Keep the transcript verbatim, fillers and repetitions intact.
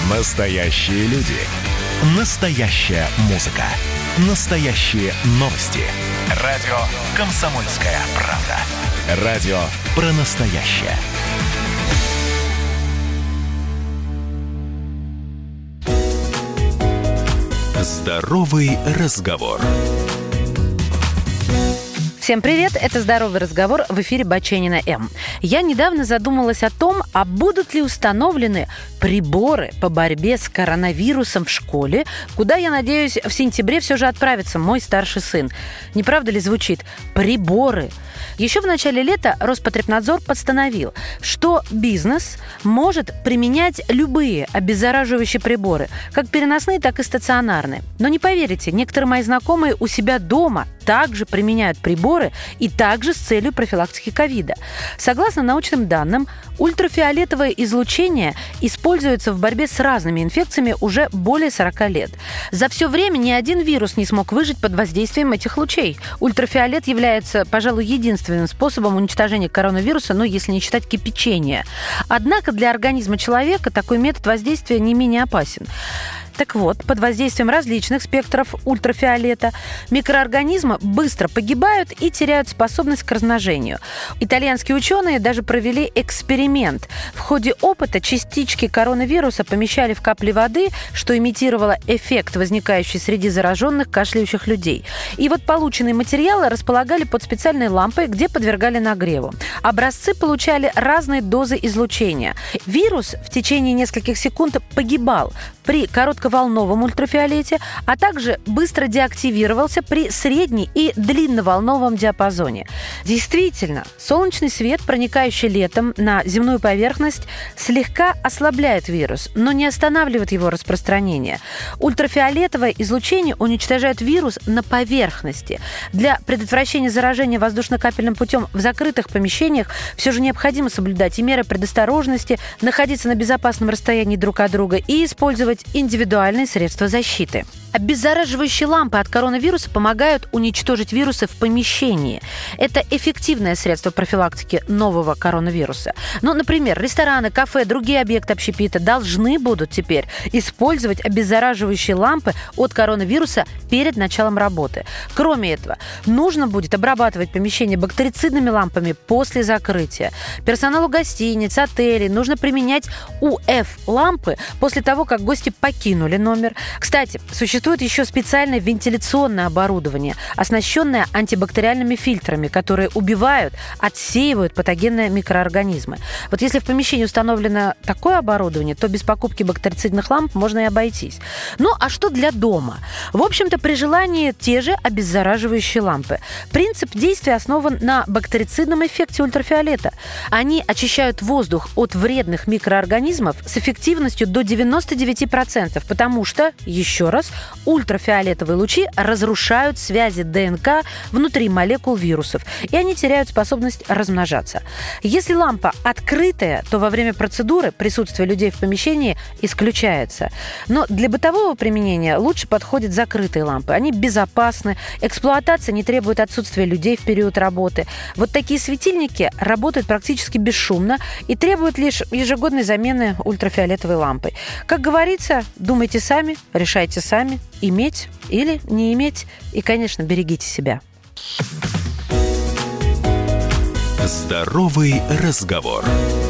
Настоящие люди. Настоящая музыка. Настоящие новости. Радио «Комсомольская правда». Радио про настоящее. Здоровый разговор. Всем привет, это «Здоровый разговор», в эфире Баченина М. Я недавно задумалась о том, а будут ли установлены приборы по борьбе с коронавирусом в школе, куда, я надеюсь, в сентябре все же отправится мой старший сын. Не правда ли звучит? Приборы. Еще в начале лета Роспотребнадзор постановил, что бизнес может применять любые обеззараживающие приборы, как переносные, так и стационарные. Но не поверите, некоторые мои знакомые у себя дома также применяют приборы и также с целью профилактики ковида. Согласно научным данным, ультрафиолетовое излучение используется в борьбе с разными инфекциями уже более сорока лет. За все время ни один вирус не смог выжить под воздействием этих лучей. Ультрафиолет является, пожалуй, единственным способом уничтожения коронавируса, ну, если не считать кипячения. Однако для организма человека такой метод воздействия не менее опасен. Так вот, под воздействием различных спектров ультрафиолета микроорганизмы быстро погибают и теряют способность к размножению. Итальянские ученые даже провели эксперимент. В ходе опыта частички коронавируса помещали в капли воды, что имитировало эффект, возникающий среди зараженных кашляющих людей. И вот полученные материалы располагали под специальной лампой, где подвергали нагреву. Образцы получали разные дозы излучения. Вирус в течение нескольких секунд погибал при коротковолновом ультрафиолете, а также быстро деактивировался при средней и длинноволновом диапазоне. Действительно, солнечный свет, проникающий летом на земную поверхность, слегка ослабляет вирус, но не останавливает его распространение. Ультрафиолетовое излучение уничтожает вирус на поверхности. Для предотвращения заражения воздушно-капельным путем в закрытых помещениях все же необходимо соблюдать и меры предосторожности, находиться на безопасном расстоянии друг от друга и использовать индивидуальные средства защиты. Обеззараживающие лампы от коронавируса помогают уничтожить вирусы в помещении. Это эффективное средство профилактики нового коронавируса. Ну, например, рестораны, кафе, другие объекты общепита должны будут теперь использовать обеззараживающие лампы от коронавируса перед началом работы. Кроме этого, нужно будет обрабатывать помещение бактерицидными лампами после закрытия. Персоналу гостиниц, отелей нужно применять ю эф-лампы после того, как гости покинули номер. Кстати, существует Существует еще специальное вентиляционное оборудование, оснащенное антибактериальными фильтрами, которые убивают, отсеивают патогенные микроорганизмы. Вот если в помещении установлено такое оборудование, то без покупки бактерицидных ламп можно и обойтись. Ну, а что для дома? В общем-то, при желании те же обеззараживающие лампы. Принцип действия основан на бактерицидном эффекте ультрафиолета. Они очищают воздух от вредных микроорганизмов с эффективностью до девяносто девять процентов, потому что, еще раз, ультрафиолетовые лучи разрушают связи ДНК внутри молекул вирусов, и они теряют способность размножаться. Если лампа открытая, то во время процедуры присутствие людей в помещении исключается. Но для бытового применения лучше подходят закрытые лампы. Они безопасны, эксплуатация не требует отсутствия людей в период работы. Вот такие светильники работают практически бесшумно и требуют лишь ежегодной замены ультрафиолетовой лампой. Как говорится, думайте сами, решайте сами, иметь или не иметь. И, конечно, берегите себя. Здоровый разговор.